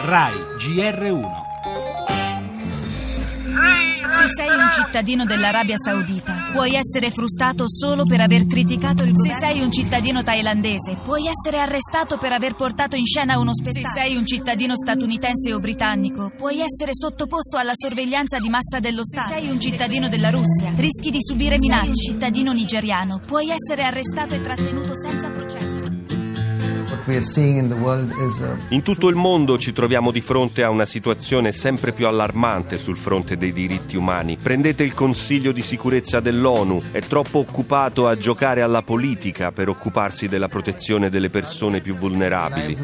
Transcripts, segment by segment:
Rai GR1. Se sei un cittadino dell'Arabia Saudita, puoi essere frustato solo per aver criticato il governo. Se sei un cittadino thailandese, puoi essere arrestato per aver portato in scena uno spettacolo. Se sei un cittadino statunitense o britannico, puoi essere sottoposto alla sorveglianza di massa dello Stato. Se sei un cittadino della Russia, rischi di subire minacce. Se sei un cittadino nigeriano, puoi essere arrestato e trattenuto senza processo. In tutto il mondo ci troviamo di fronte a una situazione sempre più allarmante sul fronte dei diritti umani. Prendete il Consiglio di sicurezza dell'ONU, è troppo occupato a giocare alla politica per occuparsi della protezione delle persone più vulnerabili.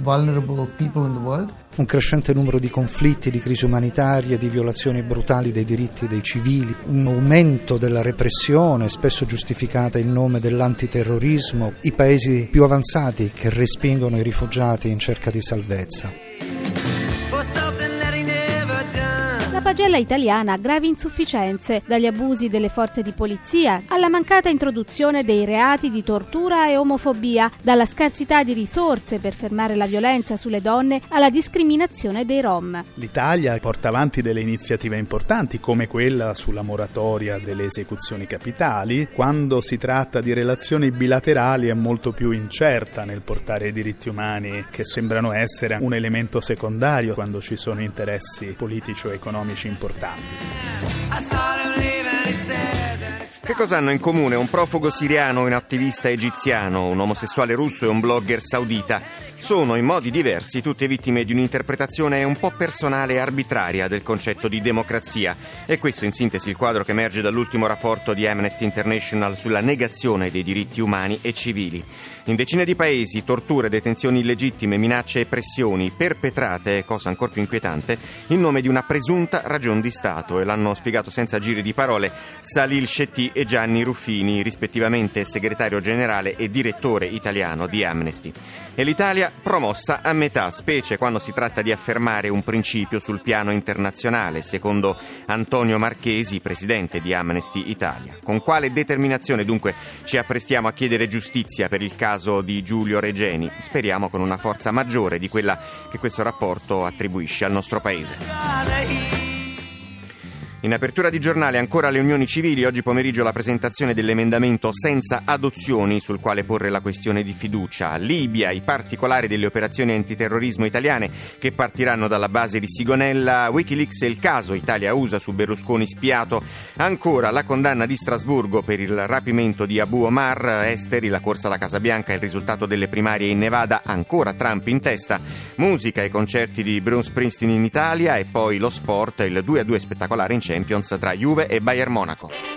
Un crescente numero di conflitti, di crisi umanitarie, di violazioni brutali dei diritti dei civili, un aumento della repressione, spesso giustificata in nome dell'antiterrorismo, i paesi più avanzati che respingono i rifugiati in cerca di salvezza. La pagella italiana ha gravi insufficienze, dagli abusi delle forze di polizia alla mancata introduzione dei reati di tortura e omofobia, dalla scarsità di risorse per fermare la violenza sulle donne alla discriminazione dei Rom. L'Italia porta avanti delle iniziative importanti come quella sulla moratoria delle esecuzioni capitali. Quando si tratta di relazioni bilaterali è molto più incerta nel portare i diritti umani, che sembrano essere un elemento secondario quando ci sono interessi politici o economici importanti. Che cosa hanno in comune un profugo siriano e un attivista egiziano, un omosessuale russo e un blogger saudita? Sono in modi diversi tutte vittime di un'interpretazione un po' personale e arbitraria del concetto di democrazia. E questo in sintesi il quadro che emerge dall'ultimo rapporto di Amnesty International sulla negazione dei diritti umani e civili. In decine di paesi, torture, detenzioni illegittime, minacce e pressioni perpetrate, cosa ancora più inquietante, in nome di una presunta ragion di Stato, e l'hanno spiegato senza giri di parole Salil Shetty e Gianni Ruffini, rispettivamente segretario generale e direttore italiano di Amnesty. E l'Italia promossa a metà, specie quando si tratta di affermare un principio sul piano internazionale, secondo Antonio Marchesi, presidente di Amnesty Italia. Con quale determinazione dunque ci apprestiamo a chiedere giustizia per il caso di Giulio Regeni? Speriamo con una forza maggiore di quella che questo rapporto attribuisce al nostro paese. In apertura di giornale ancora le unioni civili, oggi pomeriggio la presentazione dell'emendamento senza adozioni sul quale porre la questione di fiducia. Libia, i particolari delle operazioni antiterrorismo italiane che partiranno dalla base di Sigonella, Wikileaks e il caso Italia-USA su Berlusconi spiato. Ancora la condanna di Strasburgo per il rapimento di Abu Omar, esteri, la corsa alla Casa Bianca, il risultato delle primarie in Nevada, ancora Trump in testa, musica e concerti di Bruce Springsteen in Italia e poi lo sport, il 2-2 spettacolare in Champions tra Juve e Bayern Monaco.